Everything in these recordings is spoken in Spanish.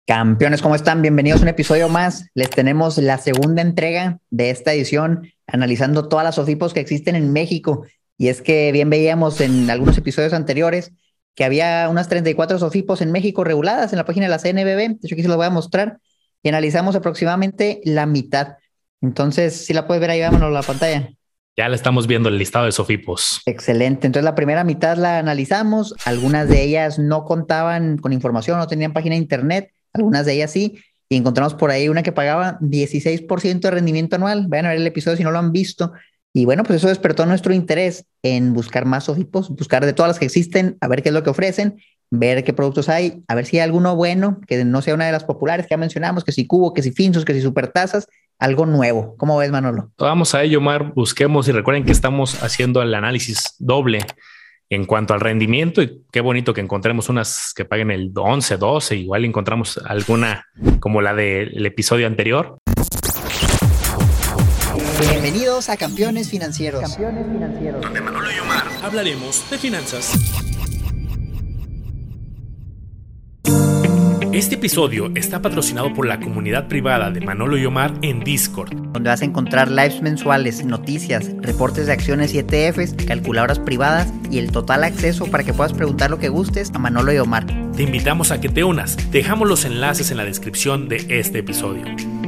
Campeones, ¿cómo están? Bienvenidos a un episodio más. Les tenemos la segunda entrega de esta edición, analizando todas las SOFIPOS que existen en México. Y es que bien veíamos en algunos episodios anteriores que había unas 34 SOFIPOS en México reguladas en la página de la CNBB. De hecho, aquí se los voy a mostrar. Y analizamos aproximadamente la mitad. Entonces, si la puedes ver ahí, vámonos a la pantalla. Ya le estamos viendo el listado de SOFIPOS. Excelente. Entonces, la primera mitad la analizamos. Algunas de ellas no contaban con información, no tenían página de internet. Algunas de ellas sí, y encontramos por ahí una que pagaba 16% de rendimiento anual. Vayan a ver el episodio si no lo han visto. Y bueno, pues eso despertó nuestro interés en buscar más SOFIPOS, buscar de todas las que existen, a ver qué es lo que ofrecen, ver qué productos hay, a ver si hay alguno bueno, que no sea una de las populares que ya mencionamos, que si Cubo, que si Finsus, que si Supertasas, algo nuevo. ¿Cómo ves, Manolo? Vamos a ello, Omar. Busquemos y recuerden que estamos haciendo el análisis doble en cuanto al rendimiento, y qué bonito que encontremos unas que paguen el 11, 12, igual encontramos alguna como la del episodio anterior. Bienvenidos a Campeones Financieros. Campeones Financieros. Donde Manolo y Omar hablaremos de finanzas. Este episodio está patrocinado por la comunidad privada de Manolo y Omar en Discord, donde vas a encontrar lives mensuales, noticias, reportes de acciones y ETFs, calculadoras privadas y el total acceso para que puedas preguntar lo que gustes a Manolo y Omar. Te invitamos a que te unas. Dejamos los enlaces en la descripción de este episodio.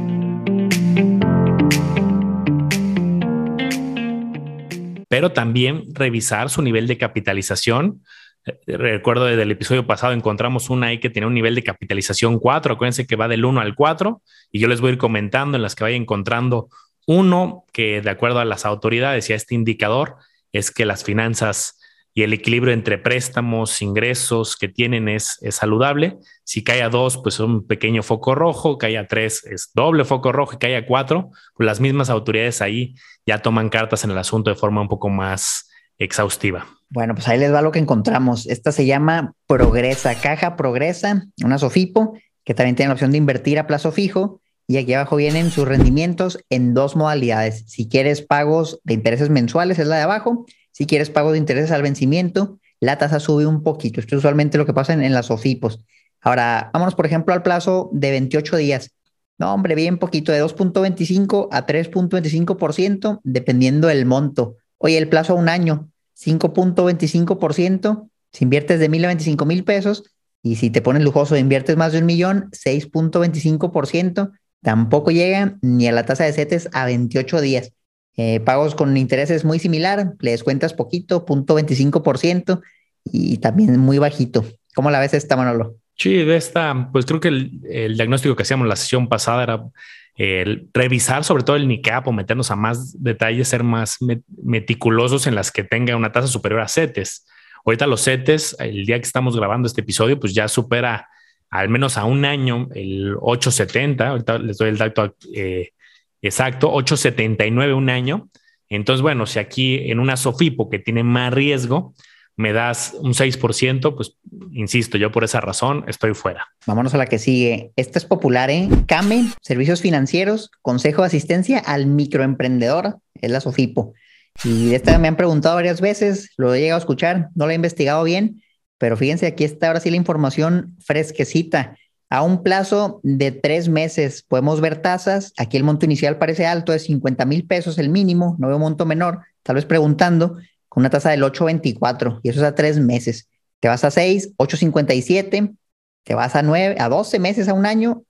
Pero también revisar su nivel de capitalización. Recuerdo desde el episodio pasado encontramos una ahí que tenía un nivel de capitalización 4. Acuérdense que va del 1 al 4 y yo les voy a ir comentando en las que vaya encontrando uno que, de acuerdo a las autoridades y a este indicador, es que las finanzas y el equilibrio entre préstamos, ingresos que tienen es saludable. Si cae a 2, pues es un pequeño foco rojo; cae a 3 es doble foco rojo; y cae a 4, pues las mismas autoridades ahí ya toman cartas en el asunto de forma un poco más exhaustiva. Bueno, pues ahí les va lo que encontramos. Esta se llama Progresa, Caja Progresa, una SOFIPO que también tiene la opción de invertir a plazo fijo. Y aquí abajo vienen sus rendimientos en dos modalidades. Si quieres pagos de intereses mensuales, es la de abajo. Si quieres pagos de intereses al vencimiento, la tasa sube un poquito. Esto es usualmente lo que pasa en las SOFIPOS. Ahora, vámonos, por ejemplo, al plazo de 28 días. No, hombre, bien poquito, de 2.25 a 3.25%, dependiendo del monto. Oye, el plazo a un año, 5.25%, si inviertes de 1,000 a 25,000 pesos, y si te pones lujoso e inviertes más de 1,000,000, 6.25%, tampoco llega ni a la tasa de CETES a 28 días. Pagos con intereses muy similar, le descuentas poquito, 0.25%, y también muy bajito. ¿Cómo la ves esta, Manolo? Sí, de esta, pues creo que el diagnóstico que hacíamos la sesión pasada era revisar sobre todo el NICAP o meternos a más detalles, ser más meticulosos en las que tenga una tasa superior a CETES. Ahorita los CETES, el día que estamos grabando este episodio, pues ya supera al menos a un año el 8.70. Ahorita les doy el dato exacto, 8.79 un año. Entonces, bueno, si aquí en una SOFIPO que tiene más riesgo me das un 6%, pues insisto, yo por esa razón estoy fuera. Vámonos a la que sigue. Esta es popular, ¿eh? CAME, Servicios Financieros, Consejo de Asistencia al Microemprendedor, es la SOFIPO. Y de esta me han preguntado varias veces, lo he llegado a escuchar, no lo he investigado bien, pero fíjense, aquí está ahora sí la información fresquecita. A un plazo de 3 meses podemos ver tasas. Aquí el monto inicial parece alto, es 50,000 pesos el mínimo, no veo monto menor, tal vez preguntando, con una tasa del 8.24, y eso es a 3 meses. Te vas a 6, 8.57, te vas a 9, a 12 meses, a un año,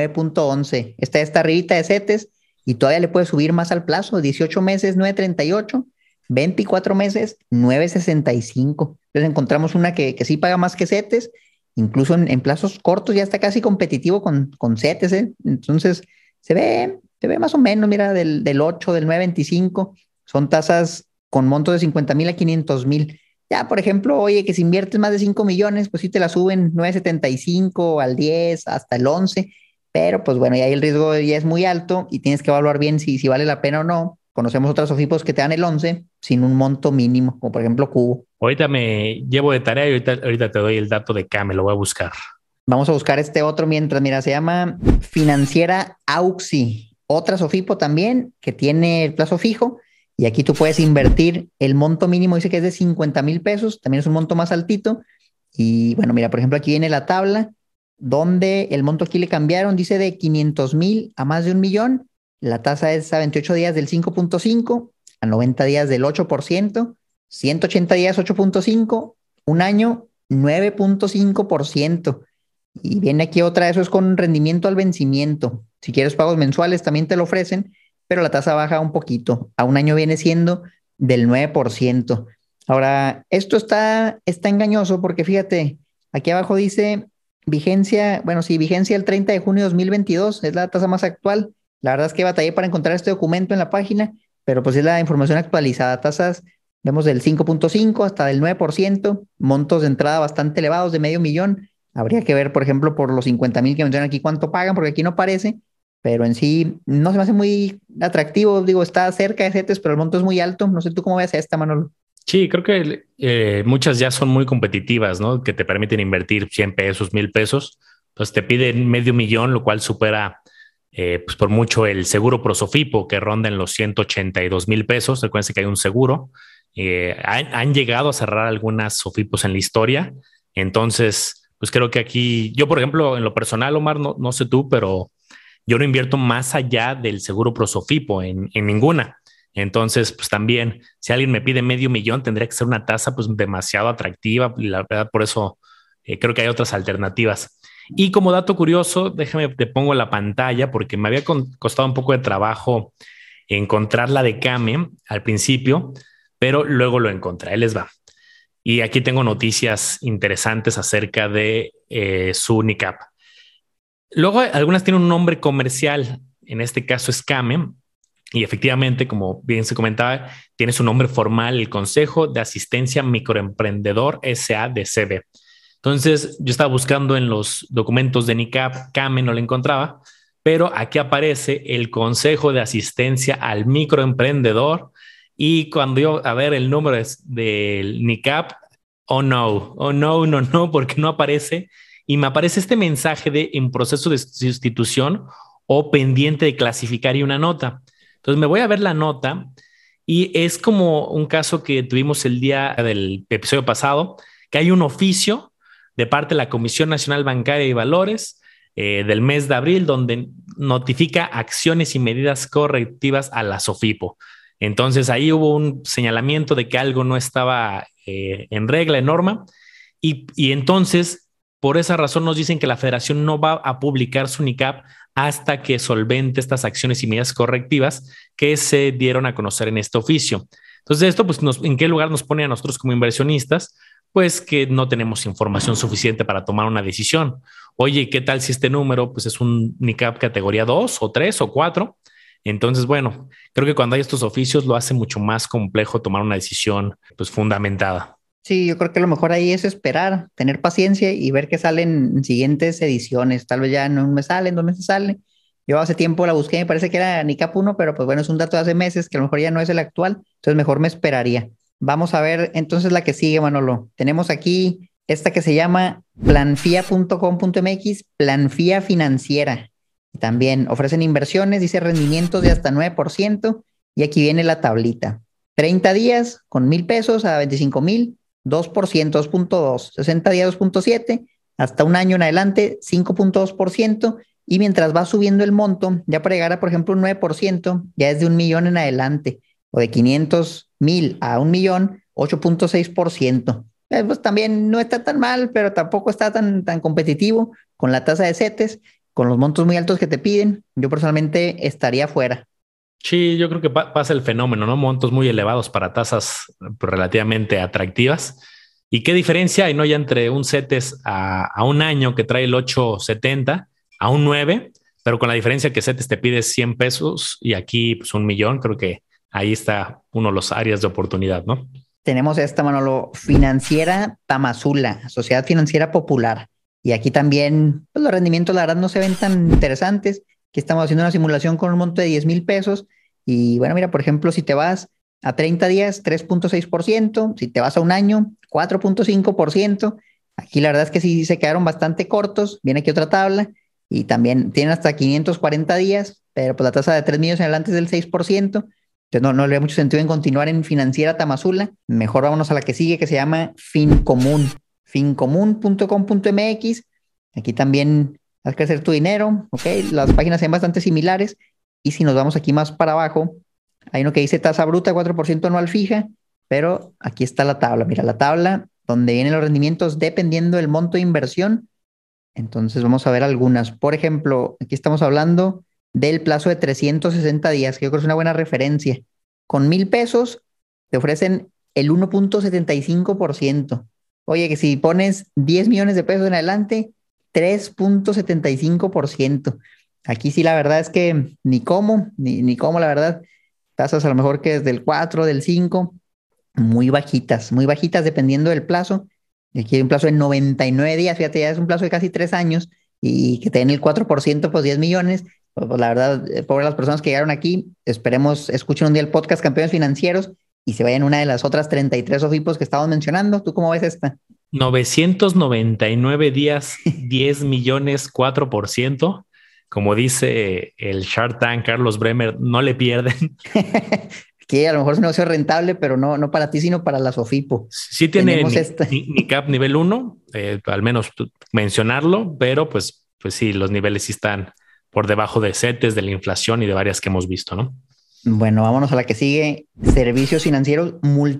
9.11. Esta está arribita de CETES y todavía le puedes subir más al plazo, 18 meses, 9.38, 24 meses, 9.65. Entonces encontramos una que sí paga más que CETES, incluso en plazos cortos ya está casi competitivo con CETES, ¿eh? Entonces se ve más o menos, mira, del 8, del 9.25, son tasas con montos de 50,000 a 500,000. Ya, por ejemplo, oye, que si inviertes más de 5 millones, pues sí te la suben 9.75 al 10, hasta el 11, pero pues bueno, ya ahí el riesgo ya es muy alto y tienes que evaluar bien si vale la pena o no. Conocemos otras SOFIPOS que te dan el 11 sin un monto mínimo, como por ejemplo Cubo. Ahorita me llevo de tarea y ahorita te doy el dato de CAME, lo voy a buscar. Vamos a buscar este otro mientras, mira, se llama Financiera Auxi, otra SOFIPO también que tiene el plazo fijo. Y aquí tú puedes invertir, el monto mínimo dice que es de 50,000 pesos, también es un monto más altito. Y bueno, mira, por ejemplo, aquí viene la tabla. donde el monto aquí le cambiaron, dice de 500,000 a más de 1,000,000. La tasa es a 28 días del 5.5, a 90 días del 8%, 180 días 8.5, un año 9.5%. Y viene aquí otra, eso es con rendimiento al vencimiento. Si quieres pagos mensuales también te lo ofrecen, pero la tasa baja un poquito. A un año viene siendo del 9%. Ahora, esto está engañoso porque fíjate, aquí abajo dice vigencia, bueno, sí, vigencia el 30 de junio de 2022, es la tasa más actual. La verdad es que batallé para encontrar este documento en la página, pero pues es la información actualizada. Tasas, vemos del 5.5 hasta del 9%, montos de entrada bastante elevados de 500,000. Habría que ver, por ejemplo, por los 50,000 que mencionan aquí, cuánto pagan, porque aquí no aparece, pero en sí no se me hace muy atractivo. Digo, está cerca de CETES, pero el monto es muy alto. No sé tú cómo ves esta, Manolo. Sí, creo que muchas ya son muy competitivas, ¿no? Que te permiten invertir 100 pesos, 1000 pesos. Entonces te piden 500,000, lo cual supera pues por mucho el seguro Prosofipo, que ronda en los 182,000 pesos. Recuerden que hay un seguro. Han llegado a cerrar algunas Sofipos en la historia. Entonces, pues creo que aquí, yo por ejemplo, en lo personal, Omar, no sé tú, pero yo no invierto más allá del seguro Prosofipo en ninguna. Entonces, pues también, si alguien me pide 500,000, tendría que ser una tasa pues demasiado atractiva. Y la verdad, por eso creo que hay otras alternativas. Y como dato curioso, déjame, te pongo la pantalla porque me había costado un poco de trabajo encontrar la de Kame al principio, pero luego lo encontré. Ahí les va. Y aquí tengo noticias interesantes acerca de su NICAP. Luego, algunas tienen un nombre comercial, en este caso es Kame, y efectivamente, como bien se comentaba, tiene su nombre formal, el Consejo de Asistencia Microemprendedor SADCB. Entonces, yo estaba buscando en los documentos de NICAP, Kame no lo encontraba, pero aquí aparece el Consejo de Asistencia al Microemprendedor. Y cuando yo a ver el número del NICAP, oh no, no, no, porque no aparece. Y me aparece este mensaje de en proceso de sustitución o pendiente de clasificar y una nota. Entonces me voy a ver la nota y es como un caso que tuvimos el día del episodio pasado, que hay un oficio de parte de la Comisión Nacional Bancaria y Valores del mes de abril donde notifica acciones y medidas correctivas a la SOFIPO. Entonces ahí hubo un señalamiento de que algo no estaba en regla, en norma, y entonces por esa razón nos dicen que la federación no va a publicar su NICAP hasta que solvente estas acciones y medidas correctivas que se dieron a conocer en este oficio. Entonces, esto, pues, ¿en qué lugar nos pone a nosotros como inversionistas? Pues que no tenemos información suficiente para tomar una decisión. Oye, ¿qué tal si este número pues, es un NICAP categoría 2 o 3 o 4? Entonces, bueno, creo que cuando hay estos oficios lo hace mucho más complejo tomar una decisión pues, fundamentada. Sí, yo creo que lo mejor ahí es esperar, tener paciencia y ver qué salen en siguientes ediciones. Tal vez ya en un mes sale, en 2 meses sale. Yo hace tiempo la busqué, me parece que era NICAP 1, pero pues bueno, es un dato de hace meses que a lo mejor ya no es el actual, entonces mejor me esperaría. Vamos a ver entonces la que sigue, Manolo. Tenemos aquí esta que se llama planfia.com.mx, Planfia Financiera. También ofrecen inversiones, dice rendimientos de hasta 9%, y aquí viene la tablita. 30 días con 1,000 pesos a 25,000. 2%, 2.2, 60 días 2.7, hasta un año en adelante 5.2%, y mientras va subiendo el monto, ya para llegar a, por ejemplo, un 9%, ya es de 1,000,000 en adelante, o de 500,000 a 1,000,000, 8.6%. Pues también no está tan mal, pero tampoco está tan competitivo con la tasa de CETES, con los montos muy altos que te piden. Yo personalmente estaría fuera. Sí, yo creo que pasa el fenómeno, ¿no? Montos muy elevados para tasas pues, relativamente atractivas. ¿Y qué diferencia hay, no? Ya entre un CETES a un año que trae el 870 a un 9, pero con la diferencia que CETES te pide 100 pesos y aquí pues 1,000,000, creo que ahí está uno de los áreas de oportunidad, ¿no? Tenemos esta, Manolo, Financiera Tamazula, Sociedad Financiera Popular. Y aquí también pues, los rendimientos, la verdad, no se ven tan interesantes. Aquí estamos haciendo una simulación con un monto de 10,000 pesos. Y bueno, mira, por ejemplo, si te vas a 30 días, 3.6%. Si te vas a un año, 4.5%. Aquí la verdad es que sí se quedaron bastante cortos. Viene aquí otra tabla. Y también tienen hasta 540 días, pero pues la tasa de 3 millones en adelante es del 6%. Entonces no le ve mucho sentido en continuar en Financiera Tamazula. Mejor vámonos a la que sigue, que se llama Fincomún. Fincomún.com.mx. Aquí también haz crecer tu dinero, ¿ok? Las páginas son bastante similares. Y si nos vamos aquí más para abajo, hay uno que dice tasa bruta 4% anual fija, pero aquí está la tabla. Mira, la tabla donde vienen los rendimientos dependiendo del monto de inversión. Entonces vamos a ver algunas. Por ejemplo, aquí estamos hablando del plazo de 360 días, que yo creo que es una buena referencia. Con 1,000 pesos te ofrecen el 1,75%. Oye, que si pones 10 millones de pesos en adelante, 3,75%. Aquí sí la verdad es que ni cómo la verdad. Tasas a lo mejor que desde el 4, del 5, muy bajitas dependiendo del plazo. Aquí hay un plazo de 99 días, fíjate, ya es un plazo de casi 3 años y que te den el 4%, pues 10 millones. Pues la verdad, pobre las personas que llegaron aquí, esperemos escuchen un día el podcast Campeones Financieros y se vayan a una de las otras 33 OFIPOS que estábamos mencionando. ¿Tú cómo ves esta? 999 días, 10 millones, 4%. Como dice el Shark Tank, Carlos Bremer, no le pierden. Que a lo mejor es un negocio rentable, pero no para ti, sino para la SOFIPO. Sí tiene Tenemos esta. ni cap nivel 1, al menos mencionarlo, pero pues sí, los niveles sí están por debajo de CETES, de la inflación y de varias que hemos visto, ¿no? Bueno, vámonos a la que sigue. Servicios financieros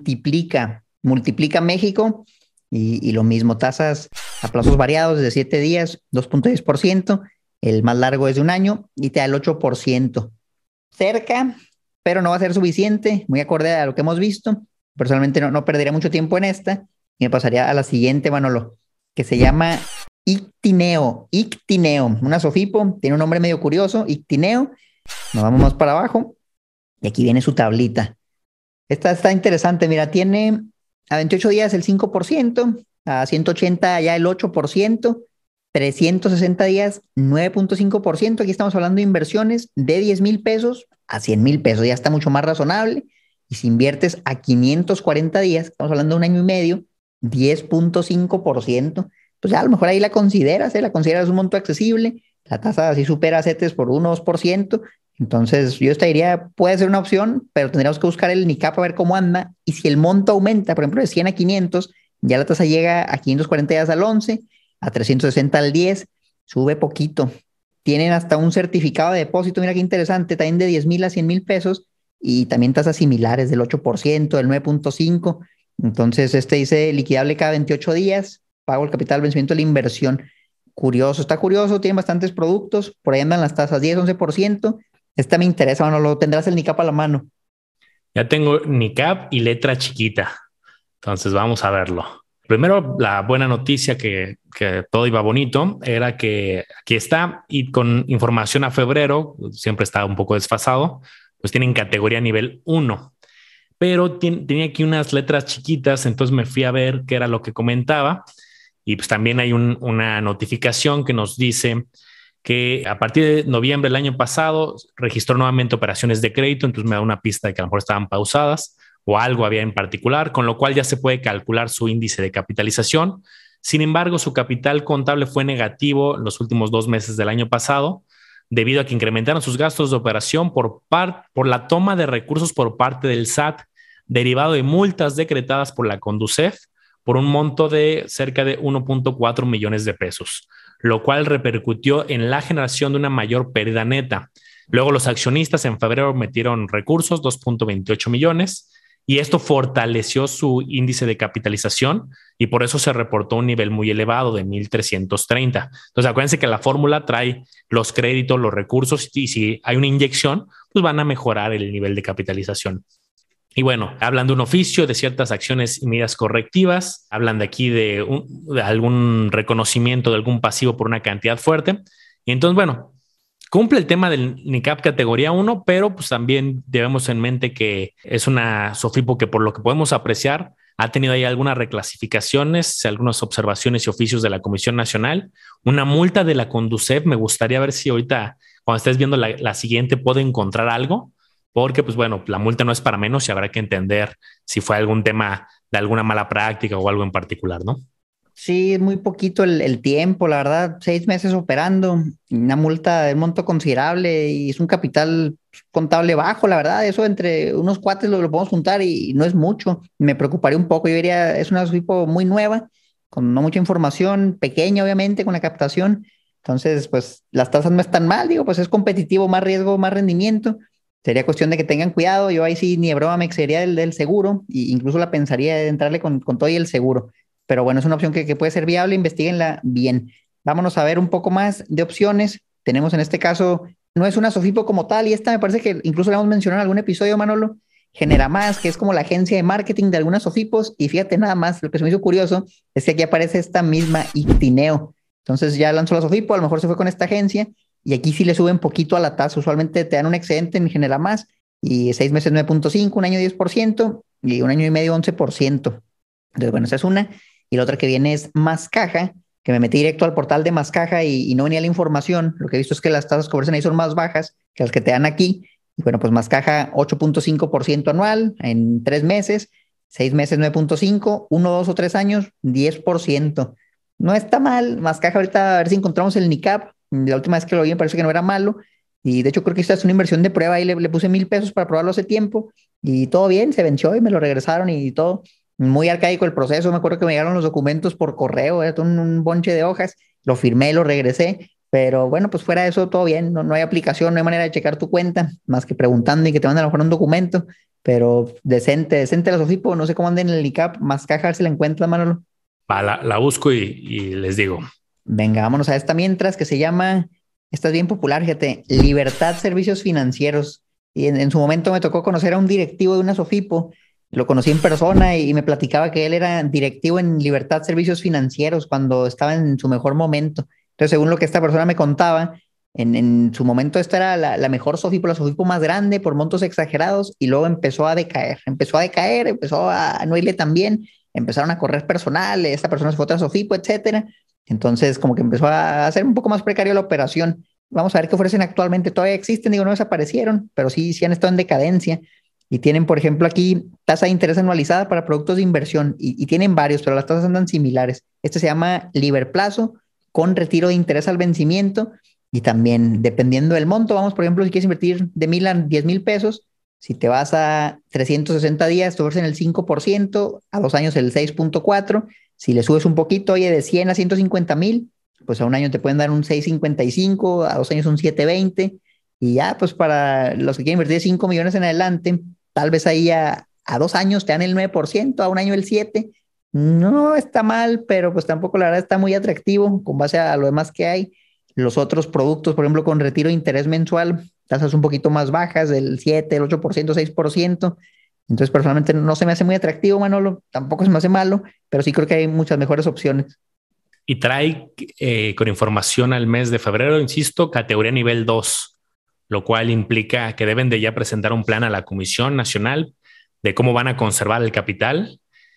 multiplica México y lo mismo, tasas a plazos variados de 7 días, 2,10%, el más largo es de un año y te da el 8%. Cerca, pero no va a ser suficiente, muy acorde a lo que hemos visto. Personalmente no perdería mucho tiempo en esta y me pasaría a la siguiente, Manolo, que se llama Ictineo, una Sofipo, tiene un nombre medio curioso, Ictineo. Nos vamos más para abajo y aquí viene su tablita. Esta está interesante, mira, tiene a 28 días el 5%, a 180 ya el 8%, 360 días 9,5%. Aquí estamos hablando de inversiones de 10,000 pesos a 100,000 pesos, ya está mucho más razonable. Y si inviertes a 540 días, estamos hablando de un año y medio, 10,5%. Pues ya a lo mejor ahí la consideras un monto accesible, la tasa así supera CETES por 1 o 2%. Entonces, yo esta diría, puede ser una opción, pero tendríamos que buscar el NICAP a ver cómo anda. Y si el monto aumenta, por ejemplo, de 100 a 500, ya la tasa llega a 540 días al 11, a 360 al 10, sube poquito. Tienen hasta un certificado de depósito, mira qué interesante, también de 10,000 a 100,000 pesos y también tasas similares del 8%, del 9,5%. Entonces, este dice liquidable cada 28 días, pago el capital, vencimiento de la inversión. Curioso, está curioso, tiene bastantes productos, por ahí andan las tasas 10, 11%. Esta me interesa, mano, lo tendrás el NICAP a la mano. Ya tengo ni cap y letra chiquita. Entonces vamos a verlo. Primero, la buena noticia que todo iba bonito era que aquí está y con información a febrero, siempre está un poco desfasado, pues tienen categoría nivel 1, pero tenía aquí unas letras chiquitas, entonces me fui a ver qué era lo que comentaba y pues también hay una notificación que nos dice que a partir de noviembre del año pasado registró nuevamente operaciones de crédito, entonces me da una pista de que a lo mejor estaban pausadas o algo había en particular, con lo cual ya se puede calcular su índice de capitalización. Sin embargo, su capital contable fue negativo en los últimos 2 meses del año pasado, debido a que incrementaron sus gastos de operación por la toma de recursos por parte del SAT, derivado de multas decretadas por la Conducef por un monto de cerca de 1,4 millones de pesos, lo cual repercutió en la generación de una mayor pérdida neta. Luego los accionistas en febrero metieron recursos, 2,28 millones, y esto fortaleció su índice de capitalización y por eso se reportó un nivel muy elevado de 1,330. Entonces acuérdense que la fórmula trae los créditos, los recursos y si hay una inyección, pues van a mejorar el nivel de capitalización. Y bueno, hablan de un oficio, de ciertas acciones y medidas correctivas, hablan de aquí de algún reconocimiento de algún pasivo por una cantidad fuerte. Y entonces, bueno, cumple el tema del NICAP categoría 1, pero pues también debemos en mente que es una SOFIPO que por lo que podemos apreciar ha tenido ahí algunas reclasificaciones, algunas observaciones y oficios de la Comisión Nacional, una multa de la Conducef. Me gustaría ver si ahorita, cuando estés viendo la siguiente, puedo encontrar algo porque pues bueno, la multa no es para menos y habrá que entender si fue algún tema de alguna mala práctica o algo en particular, ¿no? Sí, es muy poquito el tiempo, la verdad, 6 meses operando, una multa de monto considerable y es un capital contable bajo, la verdad, eso entre unos cuates lo podemos juntar y no es mucho, me preocuparía un poco, yo diría, es una SOFIPO muy nueva con no mucha información, pequeña obviamente con la captación. Entonces, pues las tasas no están mal, digo, pues es competitivo, más riesgo, más rendimiento. Sería cuestión de que tengan cuidado. Yo ahí sí ni de broma me excedería del seguro, e incluso la pensaría de entrarle con todo y el seguro. Pero bueno, es una opción que puede ser viable, investiguenla bien. Vámonos a ver un poco más de opciones. Tenemos en este caso, no es una Sofipo como tal, y esta me parece que incluso la hemos mencionado en algún episodio, Manolo. Genera Más, que es como la agencia de marketing de algunas Sofipos, y fíjate nada más, lo que se me hizo curioso es que aquí aparece esta misma Ictineo. Entonces ya lanzó la Sofipo, a lo mejor se fue con esta agencia, y aquí sí le suben poquito a la tasa. Usualmente te dan un excedente en Genera Más, y 6 meses 9.5, un año 10%, y un año y medio 11%. Entonces, bueno, esa es una. Y la otra que viene es Más Caja, que me metí directo al portal de Más Caja y no venía la información. Lo que he visto es que las tasas que ofrecen ahí son más bajas que las que te dan aquí. Y bueno, pues Más Caja 8.5% anual en 3 meses, 6 meses 9.5, 1, 2 o 3 años 10%. No está mal. Más Caja ahorita a ver si encontramos el NICAP. La última vez que lo vi me parece que no era malo. Y de hecho creo que esta es una inversión de prueba. Ahí le puse 1,000 pesos para probarlo hace tiempo. Y todo bien, se venció y me lo regresaron y todo. Muy arcaico el proceso. Me acuerdo que me llegaron los documentos por correo, era un bonche de hojas. Lo firmé, lo regresé. Pero bueno, pues fuera de eso, todo bien. No hay aplicación, no hay manera de checar tu cuenta, más que preguntando y que te manden a lo mejor un documento. Pero decente, decente la Sofipo. No sé cómo anden en el ICAP. Más caja si la encuentras, Manolo. La busco y les digo. Venga, vámonos a esta mientras que se llama, esta es bien popular, fíjate, Libertad Servicios Financieros. Y en su momento me tocó conocer a un directivo de una Sofipo. Lo conocí en persona y me platicaba que él era directivo en Libertad Servicios Financieros cuando estaba en su mejor momento. Entonces, según lo que esta persona me contaba, en su momento esta era la mejor Sofipo, la Sofipo más grande por montos exagerados, y luego empezó a no irle tan bien, empezaron a correr personal, esta persona se fue a otra Sofipo, etcétera. Entonces, como que empezó a hacer un poco más precario la operación. Vamos a ver qué ofrecen actualmente. Todavía existen, digo, no desaparecieron, pero sí han estado en decadencia. Y tienen, por ejemplo, aquí tasa de interés anualizada para productos de inversión. Y tienen varios, pero las tasas andan similares. Este se llama Liberplazo, con retiro de interés al vencimiento. Y también, dependiendo del monto, vamos, por ejemplo, si quieres invertir de 1,000 a 10,000 pesos, si te vas a 360 días, te ofrecen el 5%, a 2 años el 6.4%. Si le subes un poquito, oye, de 100 a 150,000, pues a un año te pueden dar un 6.55, a 2 años un 7.20. Y ya, pues para los que quieren invertir 5 millones en adelante, tal vez ahí a 2 años te dan el 9%, a un año el 7%. No está mal, pero pues tampoco la verdad está muy atractivo con base a lo demás que hay. Los otros productos, por ejemplo, con retiro de interés mensual, tasas un poquito más bajas, del 7, el 8%, 6%. Entonces, personalmente no se me hace muy atractivo, Manolo. Tampoco se me hace malo, pero sí creo que hay muchas mejores opciones. Y trae con información al mes de febrero, insisto, categoría nivel 2, lo cual implica que deben de ya presentar un plan a la Comisión Nacional de cómo van a conservar el capital,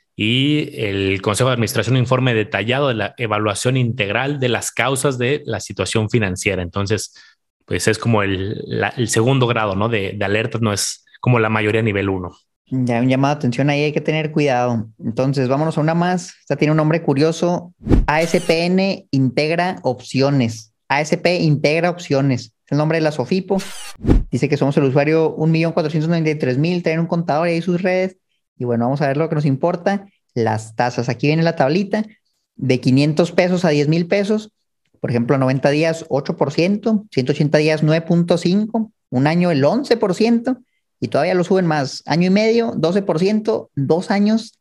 y el Consejo de Administración un informe detallado de la evaluación integral de las causas de la situación financiera. Entonces, pues es como el segundo grado, ¿no? De alerta, no es como la mayoría nivel 1. Ya un llamado de atención ahí, hay que tener cuidado. Entonces, vámonos a una más. Esta tiene un nombre curioso. ASPN Integra Opciones. ASP Integra Opciones. Es el nombre de la Sofipo. Dice que somos el usuario 1,493,000. Traen un contador y ahí sus redes. Y bueno, vamos a ver lo que nos importa. Las tasas. Aquí viene la tablita. De 500 pesos a 10,000 pesos. Por ejemplo, 90 días 8%. 180 días 9.5%. Un año el 11%. Y todavía lo suben más. Año y medio, 12%, 2 años,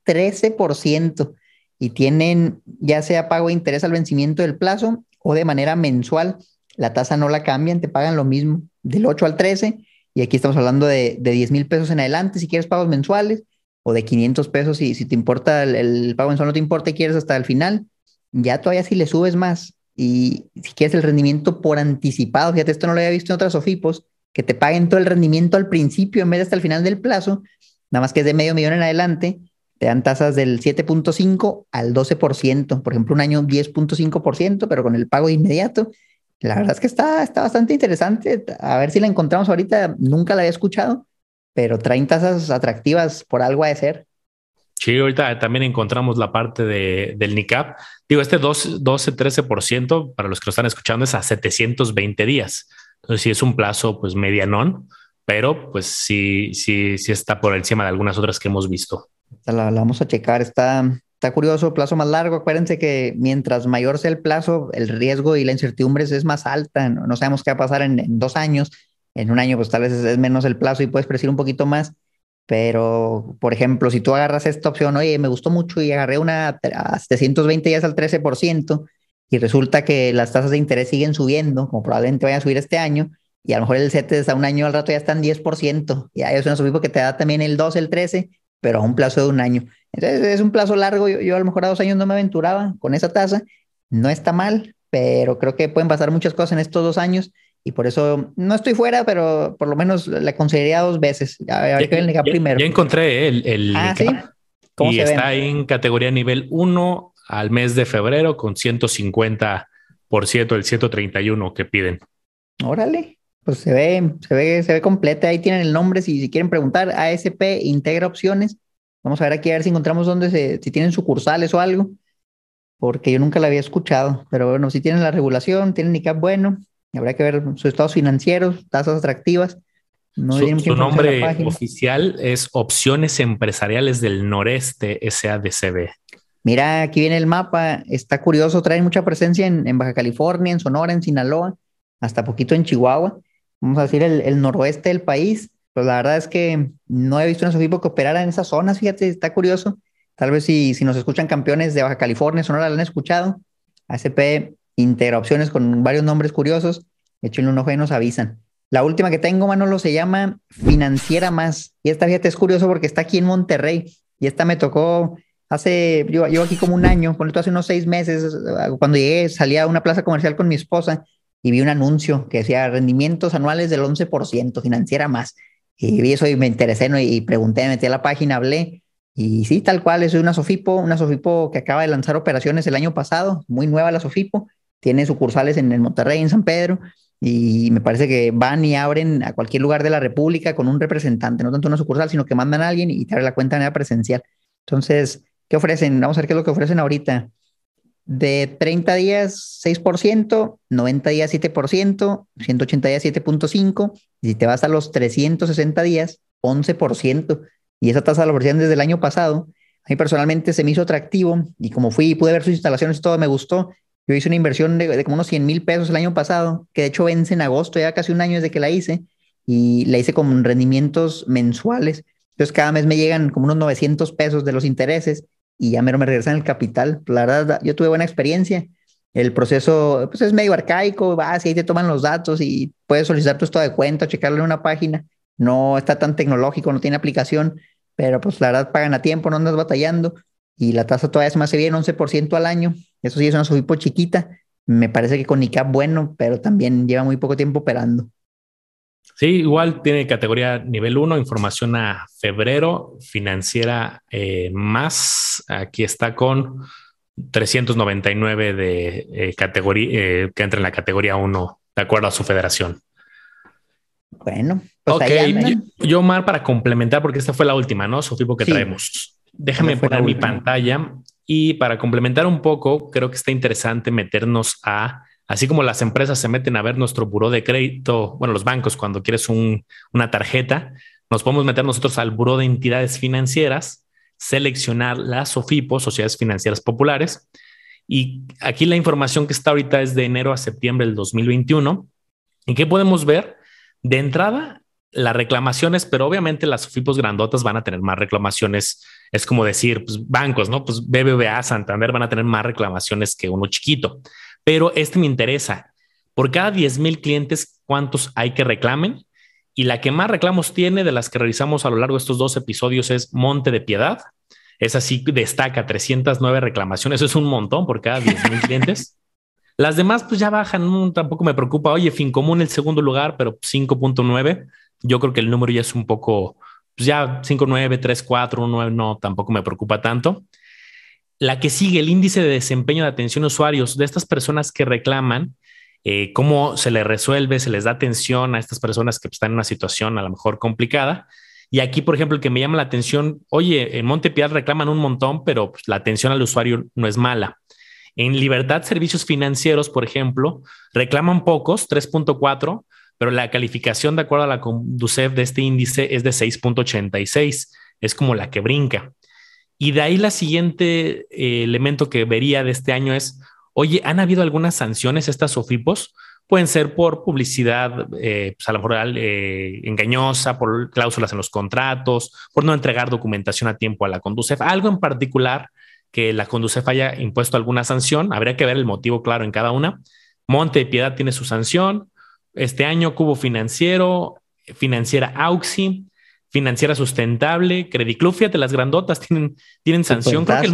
13%. Y tienen ya sea pago de interés al vencimiento del plazo o de manera mensual. La tasa no la cambian, te pagan lo mismo, del 8 al 13. Y aquí estamos hablando de 10,000 pesos en adelante si quieres pagos mensuales, o de 500 pesos si te importa el pago mensual, no te importa y quieres hasta el final. Ya todavía si le subes más y si quieres el rendimiento por anticipado, fíjate, esto no lo había visto en otras Sofipos, que te paguen todo el rendimiento al principio en vez de hasta el final del plazo, nada más que es de medio millón en adelante, te dan tasas del 7.5 al 12%, por ejemplo, un año 10.5%, pero con el pago inmediato. La verdad es que está bastante interesante. A ver si la encontramos ahorita, nunca la había escuchado, pero traen tasas atractivas, por algo ha de ser. Sí, ahorita también encontramos la parte del NICAP. Digo, este 12-13% para los que lo están escuchando es a 720 días. Entonces sí es un plazo pues medianón, pero pues sí está por encima de algunas otras que hemos visto. La vamos a checar, está está curioso, plazo más largo. Acuérdense que mientras mayor sea el plazo, el riesgo y la incertidumbre es más alta. No sabemos qué va a pasar en 2 años. En un año, pues tal vez es menos el plazo y puedes predecir un poquito más. Pero, por ejemplo, si tú agarras esta opción, oye, me gustó mucho y agarré una a 720 días al 13% y resulta que las tasas de interés siguen subiendo, como probablemente vayan a subir este año, y a lo mejor el CETES a un año al rato ya están 10%. Ya es una SOFIPO que te da también el 12, el 13, pero a un plazo de un año. Entonces es un plazo largo. Yo a lo mejor a 2 años no me aventuraba con esa tasa. No está mal, pero creo que pueden pasar muchas cosas en estos 2 años y por eso no estoy fuera, pero por lo menos la consideraría 2 veces. A ver qué el NICAP primero. Ya encontré el Ah, NICAP, sí. ¿Cómo y se ve? está en categoría nivel 1 al mes de febrero con 150% del 131 que piden. Órale. Pues se ve completa. Ahí tienen el nombre. Si quieren preguntar, ASP Integra Opciones. Vamos a ver aquí a ver si encontramos si tienen sucursales o algo, porque yo nunca la había escuchado. Pero bueno, si tienen la regulación, tienen NICAP bueno, habrá que ver sus estados financieros, tasas atractivas. No tiene mucha Su información en la nombre página. oficial es Opciones Empresariales del Noreste SADCB. Mira, aquí viene el mapa. Está curioso, traen mucha presencia en Baja California, en Sonora, en Sinaloa, hasta poquito en Chihuahua. Vamos a decir el noroeste del país. Pues la verdad es que no he visto una SOFIPO que operara en esas zonas, fíjate, está curioso. Tal vez si nos escuchan campeones de Baja California, Sonora, la han escuchado. ACP integra opciones con varios nombres curiosos. Échenle un ojo y nos avisan. La última que tengo, Manolo, se llama Financiera Más. Y esta, fíjate, es curioso porque está aquí en Monterrey. Y esta me tocó yo aquí como un año, por hace unos 6 meses. Cuando llegué, salí a una plaza comercial con mi esposa y vi un anuncio que decía rendimientos anuales del 11%, Financiera Más. Y vi eso y me interesé, ¿no? Y pregunté, me metí a la página, hablé. Y sí, tal cual, es una SOFIPO que acaba de lanzar operaciones el año pasado, muy nueva la SOFIPO, tiene sucursales en el Monterrey, en San Pedro, y me parece que van y abren a cualquier lugar de la República con un representante, no tanto una sucursal, sino que mandan a alguien y te abre la cuenta de manera presencial. Entonces, ¿qué ofrecen? Vamos a ver qué es lo que ofrecen ahorita. De 30 días, 6%, 90 días, 7%, 180 días, 7.5%, y si te vas a los 360 días, 11%. Y esa tasa la ofrecían desde el año pasado. A mí personalmente se me hizo atractivo y como fui y pude ver sus instalaciones y todo, me gustó. Yo hice una inversión de como unos 100,000 pesos el año pasado, que de hecho vence en agosto, ya casi un año desde que la hice, y la hice con rendimientos mensuales. Entonces cada mes me llegan como unos 900 pesos de los intereses y ya mero me regresan el capital. La verdad, yo tuve buena experiencia. El proceso pues, es medio arcaico, vas y ahí te toman los datos y puedes solicitar tu estado de cuenta, checarlo en una página. No está tan tecnológico, no tiene aplicación, pero pues la verdad pagan a tiempo, no andas batallando y la tasa todavía se me hace bien, 11% al año. Eso sí, es una SOFIPO chiquita. Me parece que con NICAP bueno, pero también lleva muy poco tiempo operando. Sí, igual tiene categoría nivel 1, información a febrero, financiera más. Aquí está con 399 de categoría, que entra en la categoría 1, de acuerdo a su federación. Bueno, pues Ok, ahí andan. yo Omar, para complementar, porque esta fue la última, ¿no? Sofipo que Sí, traemos. esa Déjame fue la poner mi última. pantalla y para complementar un poco, creo que está interesante meternos así como las empresas se meten a ver nuestro buró de crédito, bueno, los bancos, cuando quieres una tarjeta, nos podemos meter nosotros al buró de entidades financieras, seleccionar las SOFIPO, Sociedades Financieras Populares, y aquí la información que está ahorita es de enero a septiembre del 2021. ¿Y qué podemos ver? De entrada, las reclamaciones, pero obviamente las SOFIPOS grandotas van a tener más reclamaciones. Es como decir, pues, bancos, ¿no? Pues BBVA, Santander van a tener más reclamaciones que uno chiquito. Pero este me interesa. Por cada 10,000 clientes, ¿cuántos hay que reclamen? Y la que más reclamos tiene de las que revisamos a lo largo de estos 2 episodios es Monte de Piedad. Es así, destaca 309 reclamaciones. Eso es un montón por cada 10,000 clientes. Las demás pues ya bajan, no, tampoco me preocupa. Oye, Fincomún el segundo lugar, pero 5.9. Yo creo que el número ya es un poco, pues ya 5.9, 3.4, 1.9, no, tampoco me preocupa tanto. La que sigue, el índice de desempeño de atención a usuarios de estas personas que reclaman, cómo se les resuelve, se les da atención a estas personas que pues, están en una situación a lo mejor complicada. Y aquí, por ejemplo, el que me llama la atención, oye, en Montepiedad reclaman un montón, pero pues, la atención al usuario no es mala. En Libertad Servicios Financieros, por ejemplo, reclaman pocos, 3.4, pero la calificación de acuerdo a la Conducef de este índice es de 6.86. Es como la que brinca. Y de ahí la siguiente elemento que vería de este año es, oye, ¿han habido algunas sanciones estas SOFIPOS? Pueden ser por publicidad, pues a lo mejor engañosa, por cláusulas en los contratos, por no entregar documentación a tiempo a la Conducef, algo en particular que la Conducef haya impuesto alguna sanción. Habría que ver el motivo claro en cada una. Monte de Piedad tiene su sanción. Este año Cubo Financiero, Financiera Auxi, Financiera Sustentable, Crediclub, fíjate, las grandotas tienen sanción. Creo que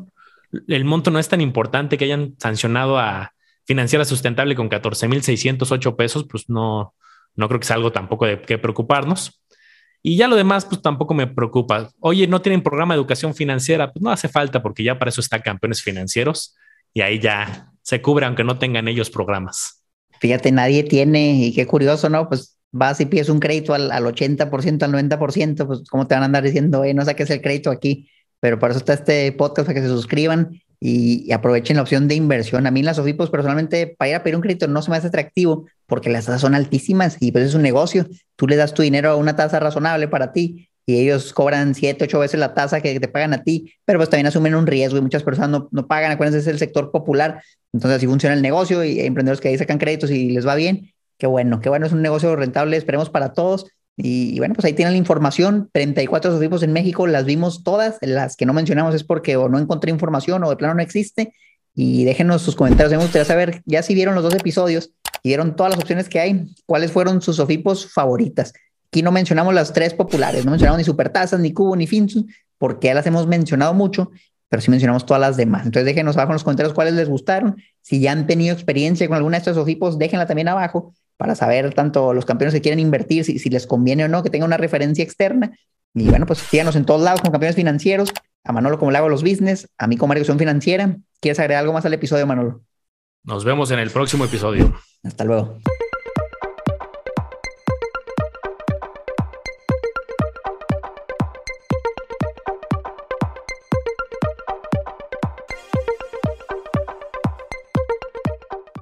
el monto no es tan importante que hayan sancionado a Financiera Sustentable con 14,608 pesos, pues no creo que sea algo tampoco de qué preocuparnos. Y ya lo demás, pues tampoco me preocupa. Oye, ¿no tienen programa de educación financiera? Pues no hace falta porque ya para eso está Campeones Financieros y ahí ya se cubre aunque no tengan ellos programas. Fíjate, nadie tiene, y qué curioso, ¿no? Pues vas y pides un crédito al 80%, al 90%, pues cómo te van a andar diciendo, no saques el crédito aquí, pero para eso está este podcast, para que se suscriban y aprovechen la opción de inversión. A mí las SOFIPOS personalmente, para ir a pedir un crédito no se me hace atractivo porque las tasas son altísimas y pues es un negocio. Tú le das tu dinero a una tasa razonable para ti y ellos cobran 7, 8 veces la tasa que te pagan a ti, pero pues también asumen un riesgo y muchas personas no pagan. Acuérdense, es el sector popular, entonces así funciona el negocio y hay emprendedores que ahí sacan créditos y les va bien. Qué bueno, es un negocio rentable, esperemos para todos. Y bueno, pues ahí tienen la información, 34 SOFIPOS en México, las vimos todas, las que no mencionamos es porque o no encontré información o de plano no existe. Y déjenos sus comentarios, me gustaría saber, ya si vieron los 2 episodios y vieron todas las opciones que hay, ¿cuáles fueron sus SOFIPOS favoritas? Aquí no mencionamos las 3 populares, no mencionamos ni Supertasas, ni Cubo, ni Finsus, porque ya las hemos mencionado mucho, pero sí mencionamos todas las demás. Entonces déjenos abajo en los comentarios cuáles les gustaron. Si ya han tenido experiencia con alguna de estas SOFIPOS, déjenla también abajo para saber tanto los campeones que quieren invertir, si les conviene o no, que tenga una referencia externa. Y bueno, pues síganos en todos lados con Campeones Financieros, a Manolo como le hago los business, a mí como Educación Financiera. ¿Quieres agregar algo más al episodio, Manolo? Nos vemos en el próximo episodio. Hasta luego.